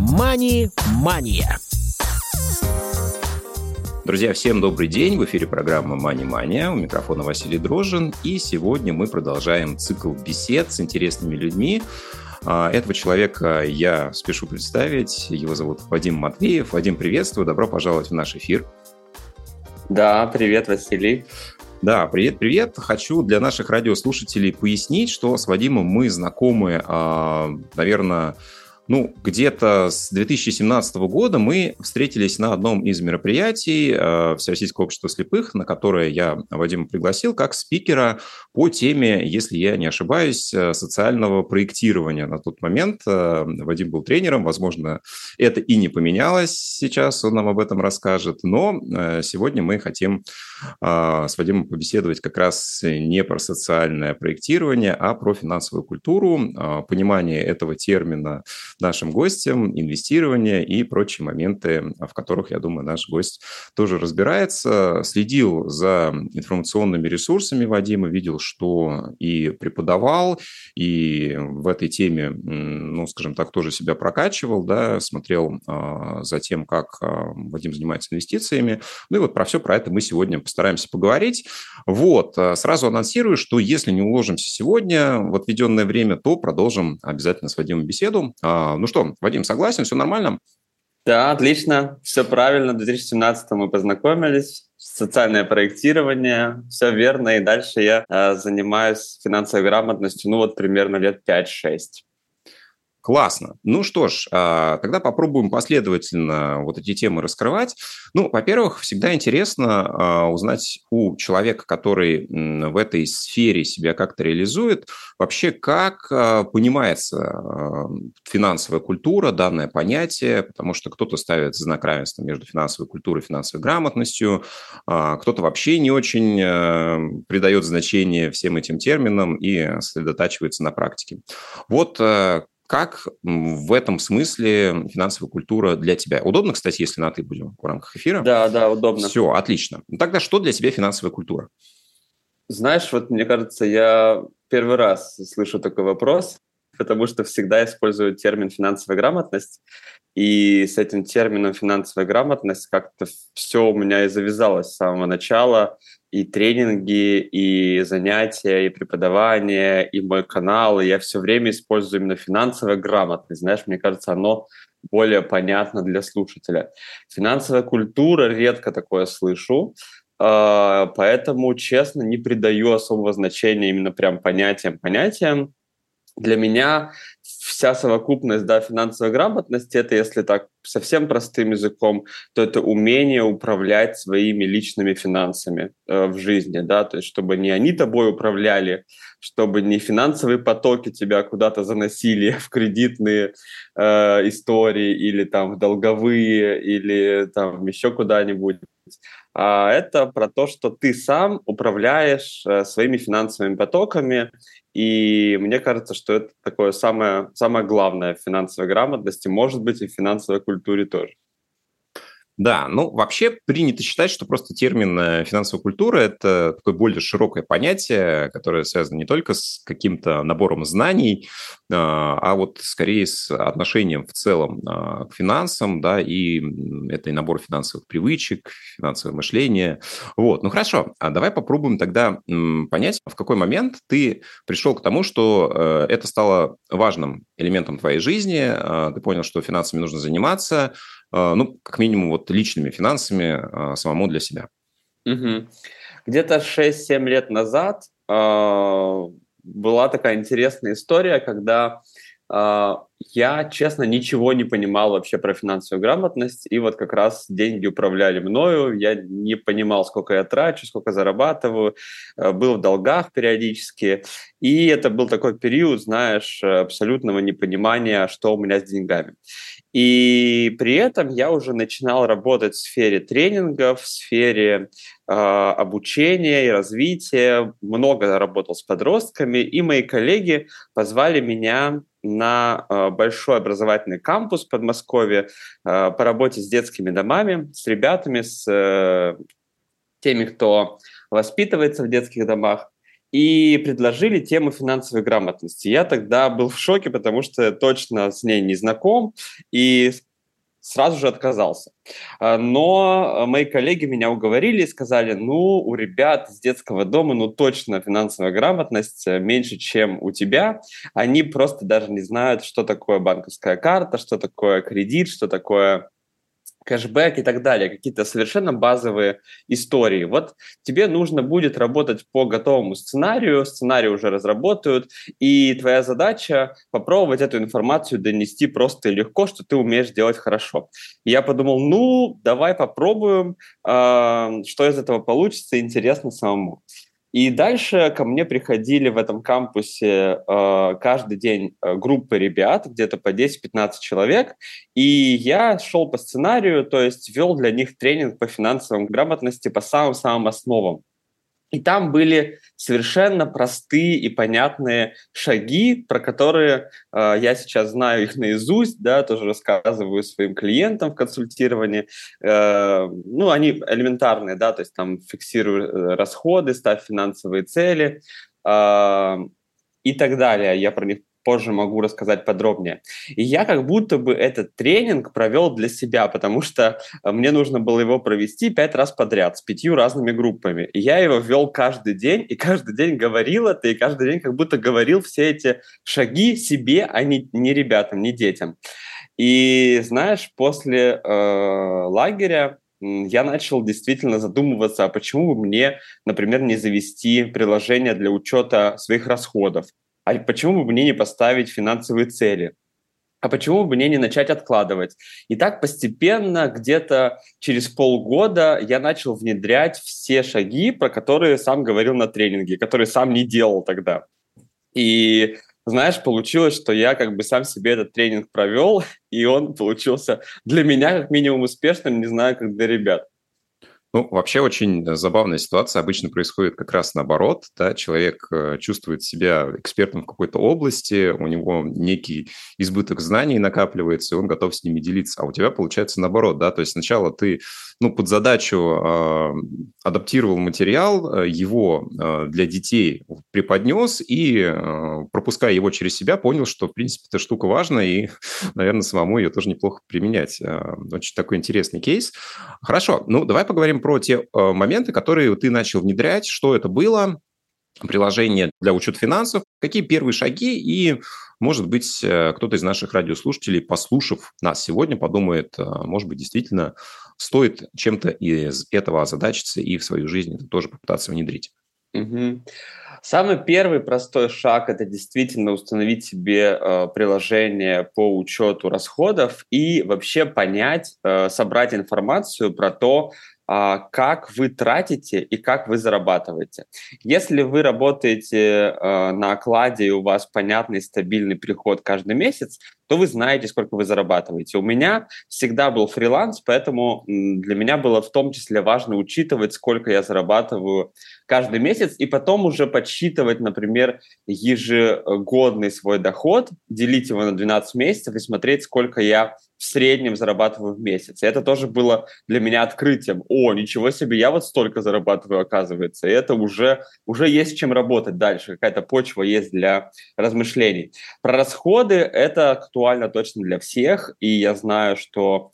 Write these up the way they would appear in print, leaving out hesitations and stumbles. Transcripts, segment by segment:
Мани-мания. Друзья, всем добрый день. В эфире программа «Мани-мания». У микрофона Василий Дрожжин. И сегодня мы продолжаем цикл бесед с интересными людьми. Этого человека я спешу представить. Его зовут Вадим Матвеев. Вадим, приветствую. Добро пожаловать в наш эфир. Да, привет, Василий. Да, привет. Хочу для наших радиослушателей пояснить, что с Вадимом мы знакомы, наверное, где-то с 2017 года мы встретились на одном из мероприятий Всероссийского общества слепых, на которое я Вадима пригласил как спикера по теме, если я не ошибаюсь, социального проектирования. На тот момент Вадим был тренером, возможно, это и не поменялось сейчас, он нам об этом расскажет, но сегодня мы хотим с Вадимом побеседовать как раз не про социальное проектирование, а про финансовую культуру, понимание этого термина нашим гостям, инвестирование и прочие моменты, в которых, я думаю, наш гость тоже разбирается. Следил за информационными ресурсами Вадима, видел, что и преподавал, и в этой теме, скажем так, тоже себя прокачивал, да, смотрел за тем, как Вадим занимается инвестициями. И вот про все про это мы сегодня постараемся поговорить. Сразу анонсирую, что если не уложимся сегодня в отведенное время, то продолжим обязательно с Вадимом беседу. Ну что, Вадим, согласен? Все нормально? Да, отлично. Все правильно. В 2017 мы познакомились. Социальное проектирование. Все верно. И дальше я занимаюсь финансовой грамотностью, примерно лет 5-6. Классно. Ну что ж, тогда попробуем последовательно вот эти темы раскрывать. Во-первых, всегда интересно узнать у человека, который в этой сфере себя как-то реализует, вообще как понимается финансовая культура, данное понятие, потому что кто-то ставит знак равенства между финансовой культурой и финансовой грамотностью, кто-то вообще не очень придает значение всем этим терминам и сосредотачивается на практике. Как в этом смысле финансовая культура для тебя? Удобно, кстати, если на «ты» будем в рамках эфира? Да, удобно. Все, отлично. Тогда что для тебя финансовая культура? Знаешь, мне кажется, я первый раз слышу такой вопрос, потому что всегда использую термин «финансовая грамотность», и с этим термином «финансовая грамотность» как-то все у меня и завязалось с самого начала. И тренинги, и занятия, и преподавание, и мой канал. И я все время использую именно финансовая грамотность. Знаешь, мне кажется, оно более понятно для слушателя. Финансовая культура, редко такое слышу. Поэтому, честно, не придаю особого значения именно прям понятиям. Для меня вся совокупность финансовой грамотности, это, если так совсем простым языком, то это умение управлять своими личными финансами в жизни, да, то есть чтобы не они тобой управляли, чтобы не финансовые потоки тебя куда-то заносили в кредитные истории или там в долговые, или там еще куда-нибудь. А это про то, что ты сам управляешь своими финансовыми потоками, и мне кажется, что это такое самое главное в финансовой грамотности, может быть, и в финансовой культуре тоже. Да, вообще принято считать, что просто термин финансовая культура – это такое более широкое понятие, которое связано не только с каким-то набором знаний, а скорее с отношением в целом к финансам, да, и это и набор финансовых привычек, финансовое мышление. Хорошо, а давай попробуем тогда понять, в какой момент ты пришел к тому, что это стало важным элементом твоей жизни, ты понял, что финансами нужно заниматься, как минимум, личными финансами самому для себя. Угу. Где-то 6-7 лет назад была такая интересная история, когда я, честно, ничего не понимал вообще про финансовую грамотность, и как раз деньги управляли мною, я не понимал, сколько я трачу, сколько зарабатываю, был в долгах периодически, и это был такой период, знаешь, абсолютного непонимания, что у меня с деньгами. И при этом я уже начинал работать в сфере тренингов, в сфере обучения и развития, много работал с подростками, и мои коллеги позвали меня на большой образовательный кампус в Подмосковье по работе с детскими домами, с ребятами, с теми, кто воспитывается в детских домах. и предложили тему финансовой грамотности. Я тогда был в шоке, потому что точно с ней не знаком, и сразу же отказался. Но мои коллеги меня уговорили и сказали, ну, у ребят из детского дома, ну, точно финансовая грамотность меньше, чем у тебя. Они просто даже не знают, что такое банковская карта, что такое кредит, что такое кэшбэк и так далее, какие-то совершенно базовые истории. Вот тебе нужно будет работать по готовому сценарию, сценарий уже разработают, и твоя задача попробовать эту информацию донести просто и легко, что ты умеешь делать хорошо. И я подумал, ну, давай попробуем, что из этого получится, интересно самому. И дальше ко мне приходили в этом кампусе каждый день группы ребят, где-то по 10-15 человек, и я шел по сценарию, то есть вел для них тренинг по финансовой грамотности по самым-самым основам. И там были совершенно простые и понятные шаги, про которые я сейчас знаю их наизусть, да, тоже рассказываю своим клиентам в консультировании. Ну, они элементарные, да, то есть там фиксируй расходы, ставь финансовые цели и так далее. Я про них позже могу рассказать подробнее. И я как будто бы этот тренинг провел для себя, потому что мне нужно было его провести 5 раз подряд с 5 разными группами. И я его вел каждый день, и каждый день говорил это, и каждый день как будто говорил все эти шаги себе, а не ребятам, не детям. И знаешь, после лагеря я начал действительно задумываться, а почему бы мне, например, не завести приложение для учета своих расходов? А почему бы мне не поставить финансовые цели? А почему бы мне не начать откладывать? И так постепенно, где-то через полгода я начал внедрять все шаги, про которые сам говорил на тренинге, которые сам не делал тогда. И знаешь, получилось, что я как бы сам себе этот тренинг провел, и он получился для меня как минимум успешным, не знаю, как для ребят. Ну, вообще очень забавная ситуация. Обычно происходит как раз наоборот. Да? Человек чувствует себя экспертом в какой-то области, у него некий избыток знаний накапливается, и он готов с ними делиться. А у тебя получается наоборот. Да? То есть сначала ты под задачу адаптировал материал, его для детей преподнес, и, пропуская его через себя, понял, что, в принципе, эта штука важна, и, наверное, самому ее тоже неплохо применять. Очень такой интересный кейс. Хорошо, ну давай поговорим про те моменты, которые ты начал внедрять, что это было, приложение для учета финансов, какие первые шаги, и, может быть, кто-то из наших радиослушателей, послушав нас сегодня, подумает, может быть, действительно стоит чем-то из этого озадачиться и в свою жизнь это тоже попытаться внедрить. Угу. Самый первый простой шаг – это действительно установить себе приложение по учету расходов и вообще понять, собрать информацию про то, как вы тратите и как вы зарабатываете. Если вы работаете на окладе и у вас понятный стабильный приход каждый месяц, то вы знаете, сколько вы зарабатываете. У меня всегда был фриланс, поэтому для меня было в том числе важно учитывать, сколько я зарабатываю каждый месяц, и потом уже подсчитывать, например, ежегодный свой доход, делить его на 12 месяцев и смотреть, сколько я в среднем зарабатываю в месяц. И это тоже было для меня открытием. О, ничего себе, я вот столько зарабатываю, оказывается. И это уже есть чем работать дальше. Какая-то почва есть для размышлений. Про расходы это актуально точно для всех. И я знаю, что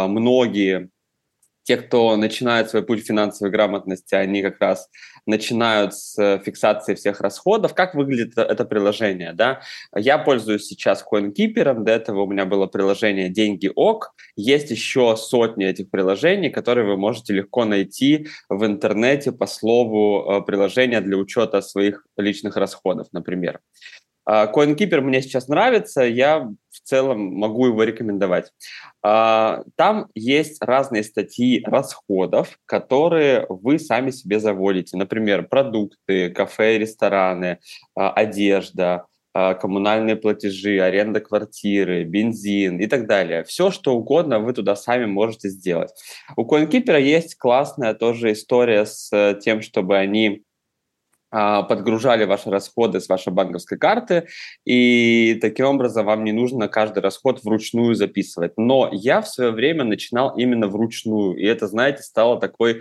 многие те, кто начинает свой путь финансовой грамотности, они как раз начинают с фиксации всех расходов. Как выглядит это приложение? Да? Я пользуюсь сейчас CoinKeeper, до этого у меня было приложение Деньги.ок. Есть еще сотни этих приложений, которые вы можете легко найти в интернете по слову приложения для учета своих личных расходов, например. CoinKeeper мне сейчас нравится, я в целом могу его рекомендовать. Там есть разные статьи расходов, которые вы сами себе заводите. Например, продукты, кафе, рестораны, одежда, коммунальные платежи, аренда квартиры, бензин и так далее. Все, что угодно вы туда сами можете сделать. У CoinKeeper есть классная тоже история с тем, чтобы они подгружали ваши расходы с вашей банковской карты, и таким образом вам не нужно каждый расход вручную записывать. Но я в свое время начинал именно вручную, и это, знаете, стало такой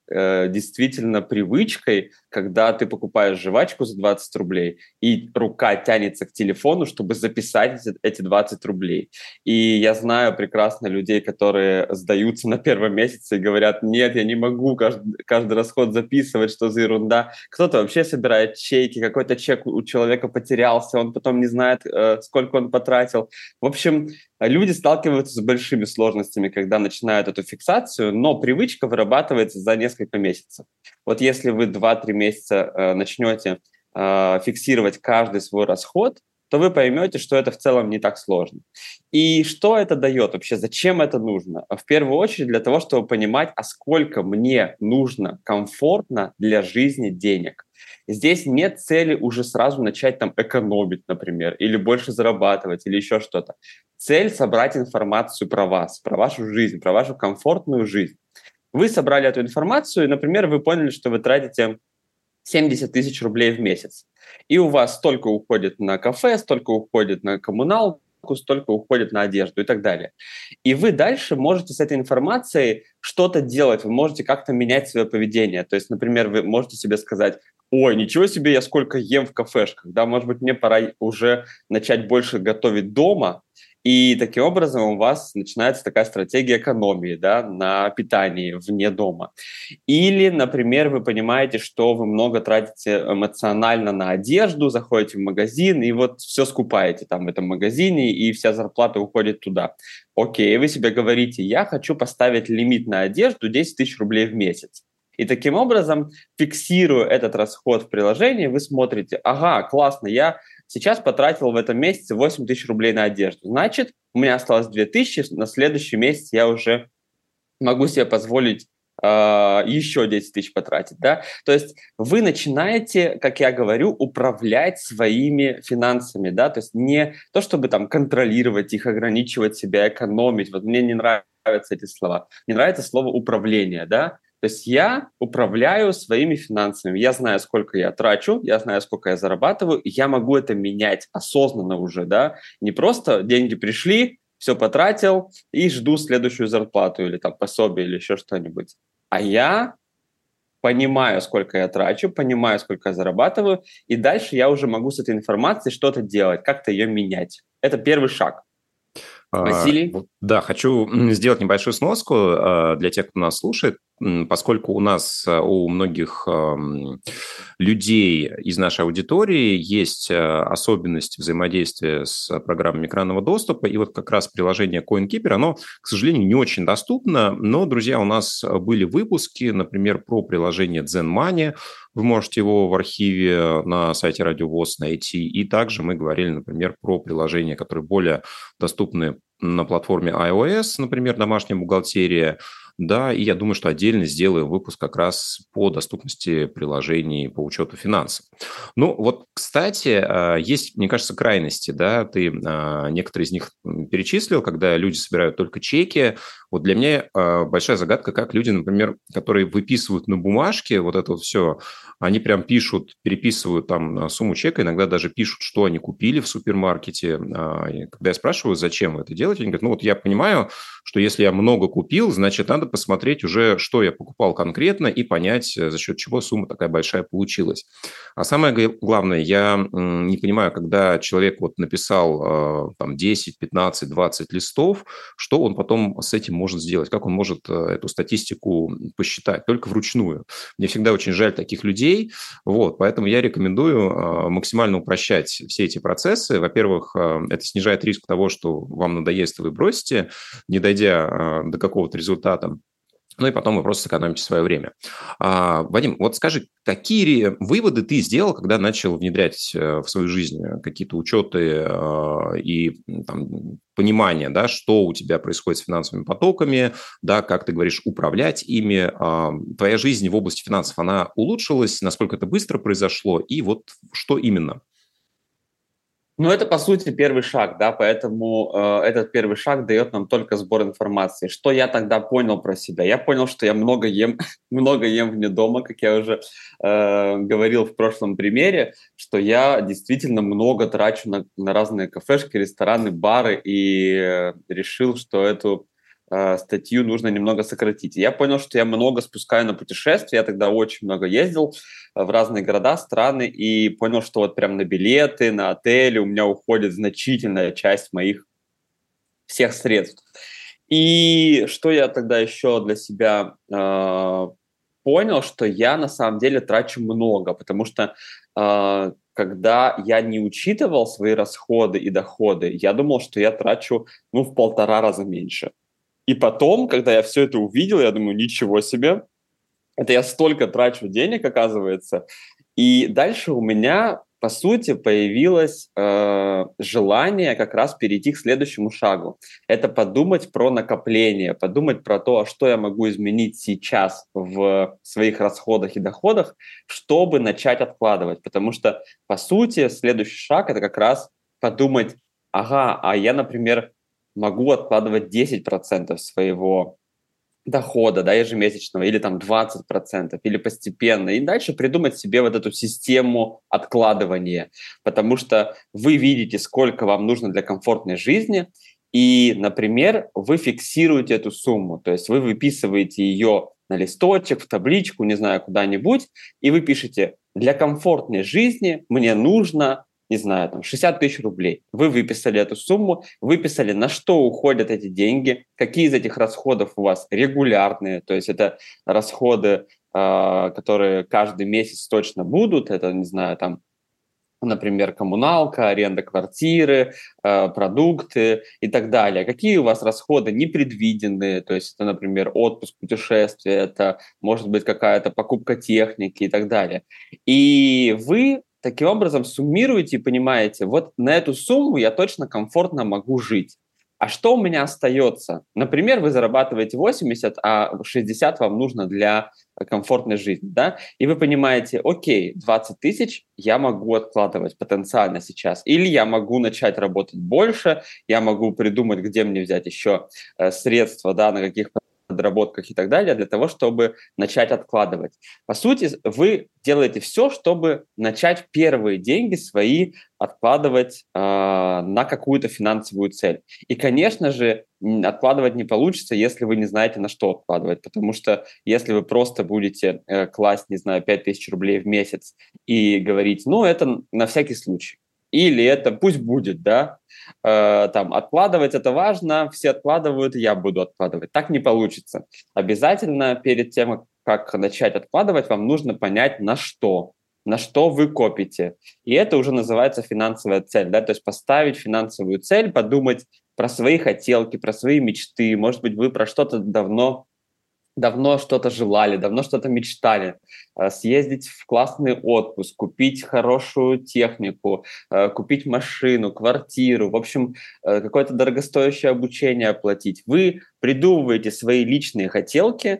действительно привычкой, когда ты покупаешь жвачку за 20 рублей, и рука тянется к телефону, чтобы записать эти 20 рублей. И я знаю прекрасно людей, которые сдаются на первом месяце и говорят: нет, я не могу каждый расход записывать, что за ерунда. Кто-то вообще собирает чеки, какой-то чек у человека потерялся, он потом не знает, сколько он потратил. В общем, люди сталкиваются с большими сложностями, когда начинают эту фиксацию, но привычка вырабатывается за несколько месяцев. Вот если вы 2-3 месяца начнете фиксировать каждый свой расход, то вы поймете, что это в целом не так сложно. И что это дает вообще? Зачем это нужно? В первую очередь для того, чтобы понимать, а сколько мне нужно комфортно для жизни денег. Здесь нет цели уже сразу начать там экономить, например, или больше зарабатывать, или еще что-то. Цель — собрать информацию про вас, про вашу жизнь, про вашу комфортную жизнь. Вы собрали эту информацию, и, например, вы поняли, что вы тратите 70 тысяч рублей в месяц. И у вас столько уходит на кафе, столько уходит на коммуналку, столько уходит на одежду и так далее. И вы дальше можете с этой информацией что-то делать, вы можете как-то менять свое поведение. То есть, например, вы можете себе сказать: ой, ничего себе, я сколько ем в кафешках, да, может быть, мне пора уже начать больше готовить дома. И таким образом у вас начинается такая стратегия экономии, да, на питании вне дома. Или, например, вы понимаете, что вы много тратите эмоционально на одежду, заходите в магазин и вот все скупаете там в этом магазине, и вся зарплата уходит туда. Окей, вы себе говорите: я хочу поставить лимит на одежду 10 тысяч рублей в месяц. И таким образом, фиксируя этот расход в приложении, вы смотрите: ага, классно, я сейчас потратил в этом месяце 8 тысяч рублей на одежду. Значит, у меня осталось 2 тысячи, на следующий месяц я уже могу себе позволить еще 10 тысяч потратить. Да? То есть вы начинаете, как я говорю, управлять своими финансами. Да? То есть не то, чтобы там контролировать их, ограничивать себя, экономить. Вот мне не нравятся эти слова. Мне нравится слово «управление». Да? То есть я управляю своими финансами. Я знаю, сколько я трачу, я знаю, сколько я зарабатываю, и я могу это менять осознанно уже, да. Не просто деньги пришли, все потратил и жду следующую зарплату или там пособие или еще что-нибудь. А я понимаю, сколько я трачу, понимаю, сколько я зарабатываю, и дальше я уже могу с этой информацией что-то делать, как-то ее менять. Это первый шаг. Василий? Да, хочу сделать небольшую сноску для тех, кто нас слушает, поскольку у нас, у многих людей из нашей аудитории есть особенность взаимодействия с программами экранного доступа, и вот как раз приложение CoinKeeper, оно, к сожалению, не очень доступно, но, друзья, у нас были выпуски, например, про приложение ZenMoney. Вы можете его в архиве на сайте Радио ВОС найти. И также мы говорили, например, про приложения, которые более доступны на платформе iOS, например, домашняя бухгалтерия. Да, и я думаю, что отдельно сделаю выпуск как раз по доступности приложений по учету финансов. Ну, вот, кстати, есть, мне кажется, крайности, да, ты некоторые из них перечислил, когда люди собирают только чеки. Вот для меня большая загадка, как люди, например, которые выписывают на бумажке вот это вот все, они прям пишут, переписывают там сумму чека, иногда даже пишут, что они купили в супермаркете. Когда я спрашиваю, зачем вы это делаете, они говорят: ну вот я понимаю, что если я много купил, значит, надо посмотреть уже, что я покупал конкретно, и понять, за счет чего сумма такая большая получилась. А самое главное, я не понимаю, когда человек вот написал там 10, 15, 20 листов, что он потом с этим может сделать, как он может эту статистику посчитать, только вручную. Мне всегда очень жаль таких людей, вот, поэтому я рекомендую максимально упрощать все эти процессы. Во-первых, это снижает риск того, что вам надоест, и вы бросите, не дойдя до какого-то результата. Ну и потом вы просто сэкономите свое время. Вадим, вот скажи, какие выводы ты сделал, когда начал внедрять в свою жизнь какие-то учеты и там, понимание, да, что у тебя происходит с финансовыми потоками, да, как ты говоришь, управлять ими. Твоя жизнь в области финансов, она улучшилась, насколько это быстро произошло, и вот что именно? Ну, это, по сути, первый шаг, да, поэтому этот первый шаг дает нам только сбор информации. Что я тогда понял про себя? Я понял, что я много ем, много ем вне дома, как я уже говорил в прошлом примере, что я действительно много трачу на разные кафешки, рестораны, бары, и решил, что эту статью нужно немного сократить. Я понял, что я много спускаю на путешествия, я тогда очень много ездил в разные города, страны, и понял, что вот прям на билеты, на отели у меня уходит значительная часть моих всех средств. И что я тогда еще для себя понял, что я на самом деле трачу много, потому что когда я не учитывал свои расходы и доходы, я думал, что я трачу в 1,5 раза меньше. И потом, когда я все это увидел, я думаю, ничего себе, это я столько трачу денег, оказывается. И дальше у меня, по сути, появилось желание как раз перейти к следующему шагу. Это подумать про накопление, подумать про то, что я могу изменить сейчас в своих расходах и доходах, чтобы начать откладывать. Потому что, по сути, следующий шаг – это как раз подумать, ага, а я, например, могу откладывать 10% своего дохода, да, ежемесячного, или там 20%, или постепенно, и дальше придумать себе вот эту систему откладывания, потому что вы видите, сколько вам нужно для комфортной жизни, и, например, вы фиксируете эту сумму, то есть вы выписываете ее на листочек, в табличку, не знаю, куда-нибудь, и вы пишете: для комфортной жизни мне нужно, не знаю, там 60 тысяч рублей. Вы выписали эту сумму, выписали, на что уходят эти деньги, какие из этих расходов у вас регулярные, то есть это расходы, которые каждый месяц точно будут, это, не знаю, там, например, коммуналка, аренда квартиры, продукты и так далее. Какие у вас расходы непредвиденные, то есть это, например, отпуск, путешествие, это может быть какая-то покупка техники и так далее. И вы таким образом суммируете и понимаете, вот на эту сумму я точно комфортно могу жить. А что у меня остается? Например, вы зарабатываете 80, а 60 вам нужно для комфортной жизни, да? И вы понимаете, окей, 20 тысяч я могу откладывать потенциально сейчас. Или я могу начать работать больше, я могу придумать, где мне взять еще средства, да, на каких подработках и так далее, для того, чтобы начать откладывать. По сути, вы делаете все, чтобы начать первые деньги свои откладывать на какую-то финансовую цель. И, конечно же, откладывать не получится, если вы не знаете, на что откладывать, потому что если вы просто будете класть, не знаю, 5000 рублей в месяц и говорить, ну, это на всякий случай, или это пусть будет, да, там, откладывать это важно, все откладывают, я буду откладывать. Так не получится. Обязательно перед тем, как начать откладывать, вам нужно понять, на что вы копите. И это уже называется финансовая цель, да, то есть поставить финансовую цель, подумать про свои хотелки, про свои мечты. Может быть, вы про что-то давно что-то желали, давно что-то мечтали, съездить в классный отпуск, купить хорошую технику, купить машину, квартиру, в общем, какое-то дорогостоящее обучение оплатить. Вы придумываете свои личные хотелки,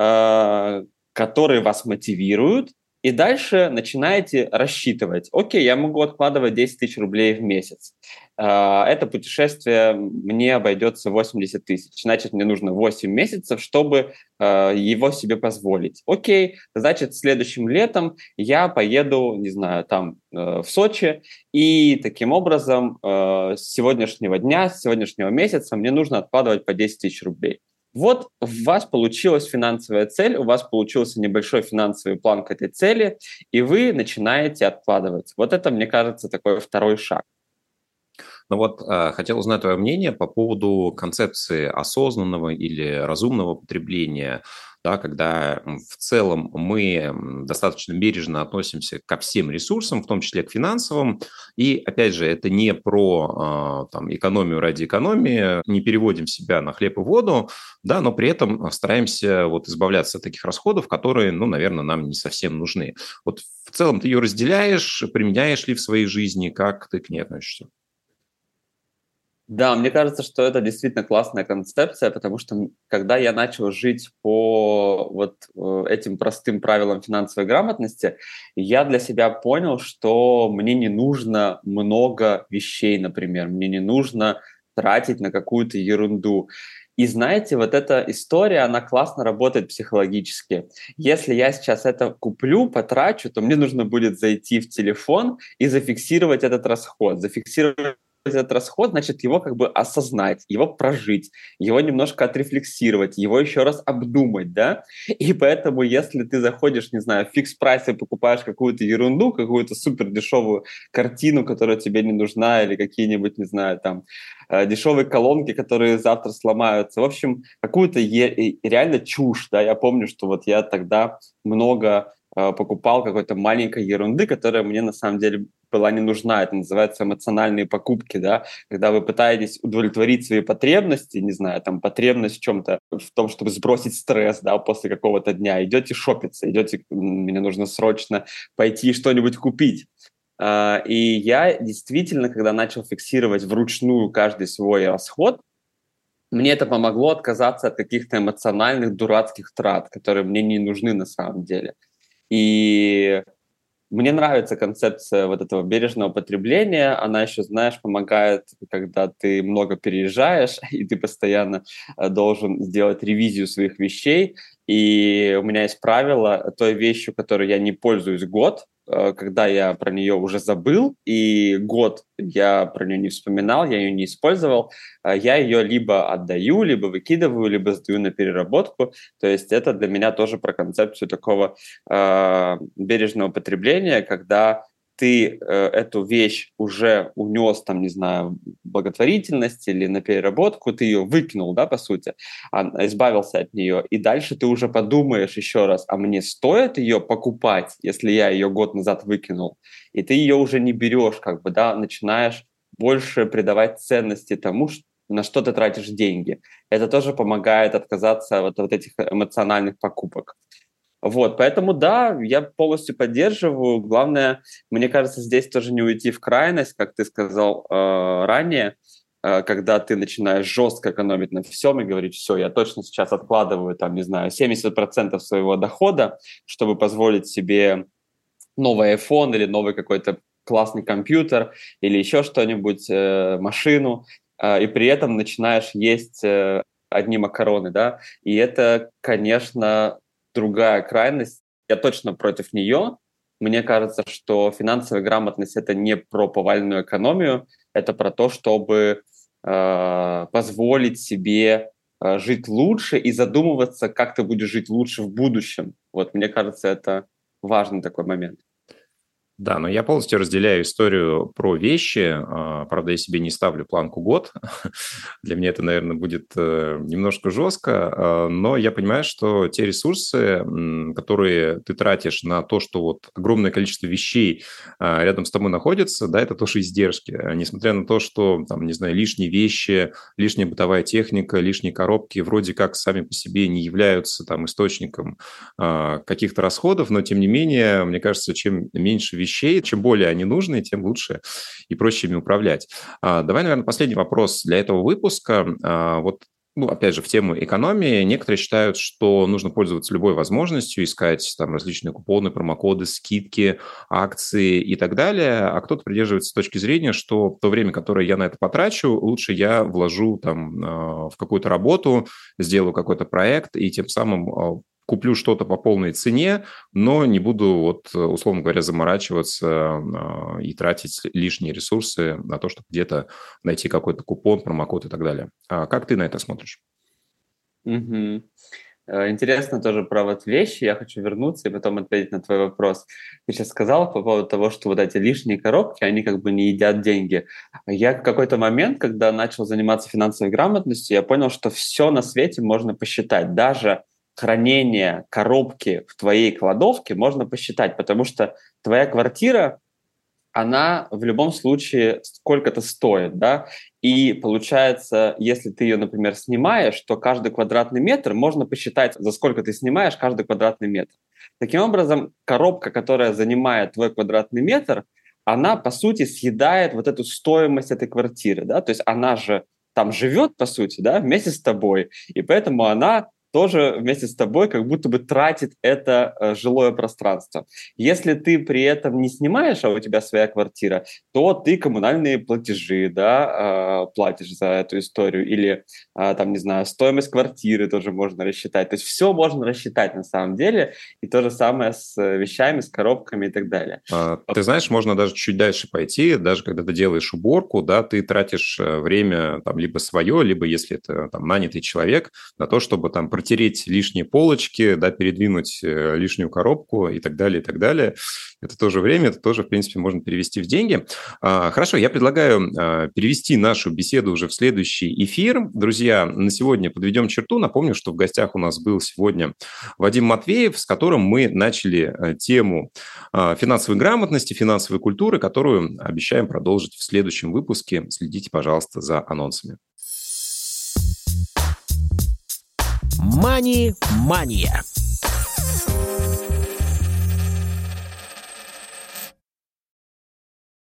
которые вас мотивируют, и дальше начинаете рассчитывать. Окей, я могу откладывать 10 тысяч рублей в месяц. Это путешествие мне обойдется 80 тысяч. Значит, мне нужно 8 месяцев, чтобы его себе позволить. Окей, значит, следующим летом я поеду, не знаю, там в Сочи, и таким образом с сегодняшнего дня, с сегодняшнего месяца мне нужно откладывать по 10 тысяч рублей. Вот у вас получилась финансовая цель, у вас получился небольшой финансовый план к этой цели, и вы начинаете откладывать. Вот это, мне кажется, такой второй шаг. Ну вот, хотел узнать твое мнение по поводу концепции осознанного или разумного потребления, да, когда в целом мы достаточно бережно относимся ко всем ресурсам, в том числе к финансовым. И, опять же, это не про там, экономию ради экономии, не переводим себя на хлеб и воду, да, но при этом стараемся вот избавляться от таких расходов, которые, ну, наверное, нам не совсем нужны. Вот в целом ты ее разделяешь, применяешь ли в своей жизни, как ты к ней относишься? Да, мне кажется, что это действительно классная концепция, потому что когда я начал жить по вот этим простым правилам финансовой грамотности, я для себя понял, что мне не нужно много вещей, например, мне не нужно тратить на какую-то ерунду. И знаете, вот эта история, она классно работает психологически. Если я сейчас это куплю, потрачу, то мне нужно будет зайти в телефон и зафиксировать этот расход, зафиксировать этот расход, значит, его как бы осознать, его прожить, его немножко отрефлексировать, его еще раз обдумать, да? И поэтому, если ты заходишь, не знаю, в фикс-прайс и покупаешь какую-то ерунду, какую-то супер дешевую картину, которая тебе не нужна, или какие-нибудь, не знаю, там, дешевые колонки, которые завтра сломаются, в общем, какую-то реально чушь, да? Я помню, что вот я тогда много покупал какой-то маленькой ерунды, которая мне на самом деле была не нужна. Это называется эмоциональные покупки, да, когда вы пытаетесь удовлетворить свои потребности, не знаю, там, потребность в чем-то, в том, чтобы сбросить стресс, да, после какого-то дня, идете шопиться, мне нужно срочно пойти что-нибудь купить. И я действительно, когда начал фиксировать вручную каждый свой расход, мне это помогло отказаться от каких-то эмоциональных дурацких трат, которые мне не нужны на самом деле. И мне нравится концепция вот этого бережного потребления. Она еще, знаешь, помогает, когда ты много переезжаешь, и ты постоянно должен сделать ревизию своих вещей. И у меня есть правило, той вещью, которой я не пользуюсь год, когда я про нее уже забыл, и год я про нее не вспоминал, я ее не использовал, я ее либо отдаю, либо выкидываю, либо сдаю на переработку. То есть это для меня тоже про концепцию такого бережного потребления, когда ты эту вещь уже унес, там, не знаю, в благотворительность или на переработку, ты ее выкинул, да, по сути, избавился от нее, и дальше ты уже подумаешь еще раз, а мне стоит ее покупать, если я ее год назад выкинул, и ты ее уже не берешь, как бы, да, начинаешь больше придавать ценности тому, на что ты тратишь деньги. Это тоже помогает отказаться от этих эмоциональных покупок. Вот, поэтому да, я полностью поддерживаю. Главное, мне кажется, здесь тоже не уйти в крайность, как ты сказал ранее, когда ты начинаешь жестко экономить на всем и говорить, все, я точно сейчас откладываю, там, не знаю, 70% своего дохода, чтобы позволить себе новый iPhone или новый какой-то классный компьютер или еще что-нибудь, машину, и при этом начинаешь есть одни макароны, да, и это, конечно, другая крайность, я точно против нее. Мне кажется, что финансовая грамотность – это не про повальную экономию, это про то, чтобы позволить себе жить лучше и задумываться, как ты будешь жить лучше в будущем. Вот, мне кажется, это важный такой момент. Да, но я полностью разделяю историю про вещи. Правда, я себе не ставлю планку год. Для меня это, наверное, будет немножко жестко. Но я понимаю, что те ресурсы, которые ты тратишь на то, что вот огромное количество вещей рядом с тобой находится, да, это тоже издержки. Несмотря на то, что, там, не знаю, лишние вещи, лишняя бытовая техника, лишние коробки вроде как сами по себе не являются там источником каких-то расходов, но тем не менее, мне кажется, чем меньше вещей, чем более они нужны, тем лучше и проще ими управлять. Давай, наверное, последний вопрос для этого выпуска. Вот, ну, опять же, в тему экономии. Некоторые считают, что нужно пользоваться любой возможностью, искать там различные купоны, промокоды, скидки, акции и так далее. А кто-то придерживается точки зрения, что то время, которое я на это потрачу, лучше я вложу там в какую-то работу, сделаю какой-то проект и тем самым куплю что-то по полной цене, но не буду, вот, условно говоря, заморачиваться и тратить лишние ресурсы на то, чтобы где-то найти какой-то купон, промокод и так далее. Как ты на это смотришь? Угу. Интересно тоже про вот вещи. Я хочу вернуться и потом ответить на твой вопрос. Ты сейчас сказал по поводу того, что вот эти лишние коробки, они как бы не едят деньги. Я в какой-то момент, когда начал заниматься финансовой грамотностью, я понял, что все на свете можно посчитать. Даже хранение коробки в твоей кладовке можно посчитать, потому что твоя квартира, она в любом случае сколько-то стоит, да, и получается, если ты ее, например, снимаешь, то каждый квадратный метр можно посчитать, за сколько ты снимаешь каждый квадратный метр. Таким образом, коробка, которая занимает твой квадратный метр, она, по сути, съедает вот эту стоимость этой квартиры, да, то есть она же там живет, по сути, да, вместе с тобой, и поэтому она тоже вместе с тобой как будто бы тратит это жилое пространство. Если ты при этом не снимаешь, а у тебя своя квартира, то ты коммунальные платежи, да, платишь за эту историю. Или, там, не знаю, стоимость квартиры тоже можно рассчитать. То есть все можно рассчитать на самом деле. И то же самое с вещами, с коробками и так далее. Ты знаешь, можно даже чуть дальше пойти. Даже когда ты делаешь уборку, да, ты тратишь время там либо свое, либо, если это там нанятый человек, на то, чтобы там протереть лишние полочки, да, передвинуть лишнюю коробку и так далее, и так далее. Это тоже время, это тоже, в принципе, можно перевести в деньги. Хорошо, я предлагаю перевести нашу беседу уже в следующий эфир. Друзья, на сегодня подведем черту. Напомню, что в гостях у нас был сегодня Вадим Матвеев, с которым мы начали тему финансовой грамотности, финансовой культуры, которую обещаем продолжить в следующем выпуске. Следите, пожалуйста, за анонсами. Мани-мания.